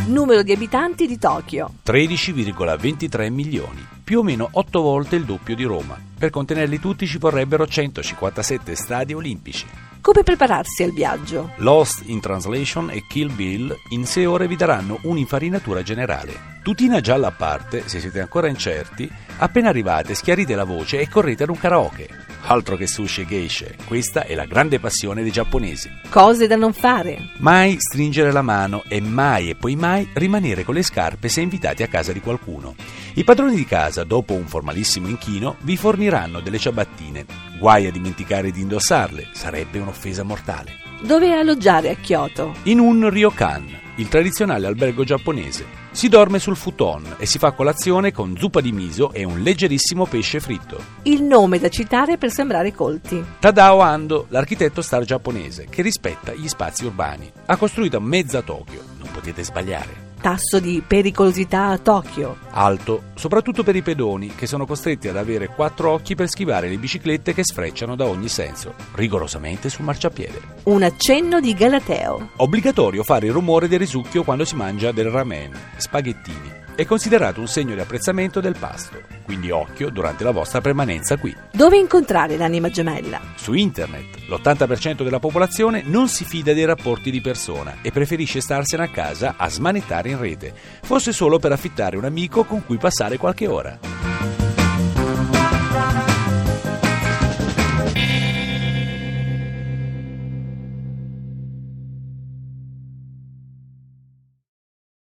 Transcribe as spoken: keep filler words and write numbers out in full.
Numero di abitanti di Tokyo. tredici virgola ventitré milioni, più o meno otto volte il doppio di Roma. Per contenerli tutti ci vorrebbero centocinquantasette stadi olimpici. Come prepararsi al viaggio? Lost in Translation e Kill Bill in sei ore vi daranno un'infarinatura generale. Tutina gialla a parte, se siete ancora incerti, appena arrivate schiarite la voce e correte ad un karaoke. Altro che sushi e geishe, questa è la grande passione dei giapponesi. Cose da non fare. Mai stringere la mano e mai e poi mai rimanere con le scarpe se invitati a casa di qualcuno. I padroni di casa, dopo un formalissimo inchino, vi forniranno delle ciabattine. Guai a dimenticare di indossarle, sarebbe un'offesa mortale. Dove alloggiare a Kyoto? In un ryokan, il tradizionale albergo giapponese. Si dorme sul futon e si fa colazione con zuppa di miso e un leggerissimo pesce fritto. Il nome da citare per sembrare colti. Tadao Ando, l'architetto star giapponese, che rispetta gli spazi urbani. Ha costruito mezza Tokyo, non potete sbagliare. Tasso di pericolosità a Tokyo. Alto, soprattutto per i pedoni, che sono costretti ad avere quattro occhi per schivare le biciclette che sfrecciano da ogni senso, rigorosamente sul marciapiede. Un accenno di galateo. Obbligatorio fare il rumore del risucchio quando si mangia del ramen, spaghettini. È considerato un segno di apprezzamento del pasto, quindi occhio durante la vostra permanenza qui. Dove incontrare l'anima gemella? Su internet, l'ottanta per cento della popolazione non si fida dei rapporti di persona e preferisce starsene a casa a smanettare in rete, fosse solo per affittare un amico con cui passare qualche ora.